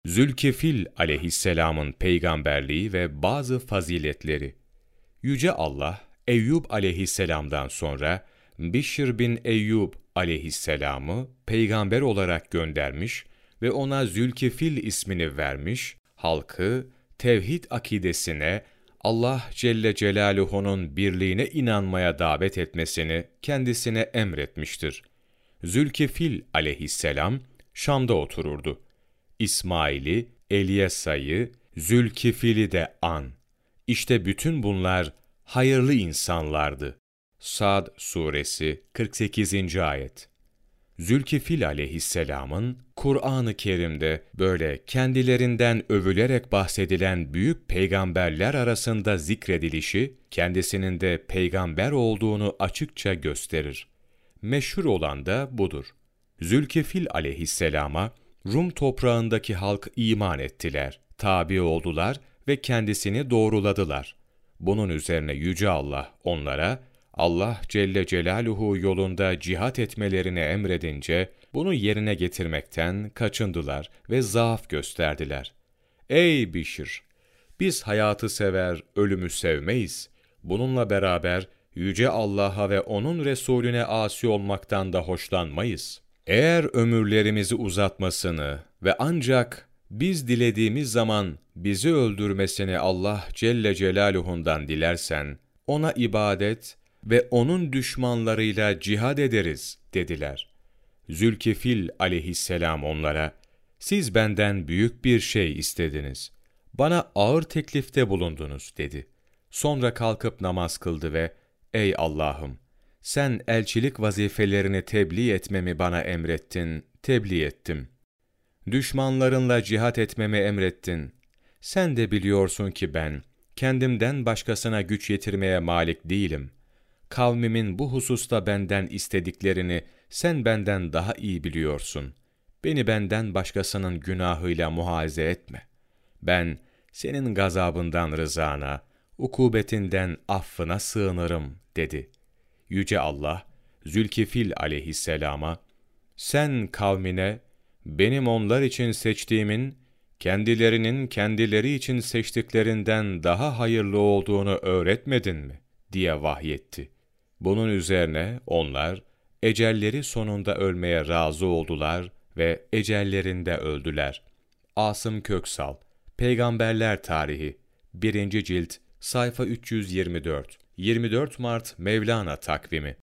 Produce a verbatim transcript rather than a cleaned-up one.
Zülkifil aleyhisselamın peygamberliği ve bazı faziletleri. Yüce Allah, Eyyub aleyhisselamdan sonra Bişr bin Eyyub aleyhisselamı peygamber olarak göndermiş ve ona Zülkifil ismini vermiş, halkı tevhid akidesine, Allah Celle Celaluhu'nun birliğine inanmaya davet etmesini kendisine emretmiştir. Zülkifil aleyhisselam Şam'da otururdu. İsmail'i, Elyasa'yı, Zülkifil'i de an. İşte bütün bunlar hayırlı insanlardı. Sad Suresi kırk sekizinci ayet. Zülkifil aleyhisselamın Kur'an-ı Kerim'de böyle kendilerinden övülerek bahsedilen büyük peygamberler arasında zikredilişi, kendisinin de peygamber olduğunu açıkça gösterir. Meşhur olan da budur. Zülkifil aleyhisselama Rum toprağındaki halk iman ettiler, tabi oldular ve kendisini doğruladılar. Bunun üzerine Yüce Allah onlara, Allah Celle Celaluhu yolunda cihat etmelerini emredince, bunu yerine getirmekten kaçındılar ve zaaf gösterdiler. Ey Bişr! Biz hayatı sever, ölümü sevmeyiz. Bununla beraber Yüce Allah'a ve O'nun Resulüne asi olmaktan da hoşlanmayız. Eğer ömürlerimizi uzatmasını ve ancak biz dilediğimiz zaman bizi öldürmesini Allah Celle Celaluhu'ndan dilersen, ona ibadet ve onun düşmanlarıyla cihad ederiz dediler. Zülkifil aleyhisselam onlara, siz benden büyük bir şey istediniz. Bana ağır teklifte bulundunuz dedi. Sonra kalkıp namaz kıldı ve, ey Allah'ım! Sen elçilik vazifelerini tebliğ etmemi bana emrettin, tebliğ ettim. Düşmanlarınla cihat etmemi emrettin. Sen de biliyorsun ki ben, kendimden başkasına güç yetirmeye malik değilim. Kavmimin bu hususta benden istediklerini sen benden daha iyi biliyorsun. Beni benden başkasının günahıyla muhaze etme. Ben, senin gazabından rızana, ukubetinden affına sığınırım, dedi. Yüce Allah, Zülkifil aleyhisselama, sen kavmine, benim onlar için seçtiğimin, kendilerinin kendileri için seçtiklerinden daha hayırlı olduğunu öğretmedin mi? Diye vahyetti. Bunun üzerine onlar, ecelleri sonunda ölmeye razı oldular ve ecellerinde öldüler. Asım Köksal, Peygamberler Tarihi, birinci cilt, sayfa üç yüz yirmi dört, yirmi dört Mart Mevlana takvimi.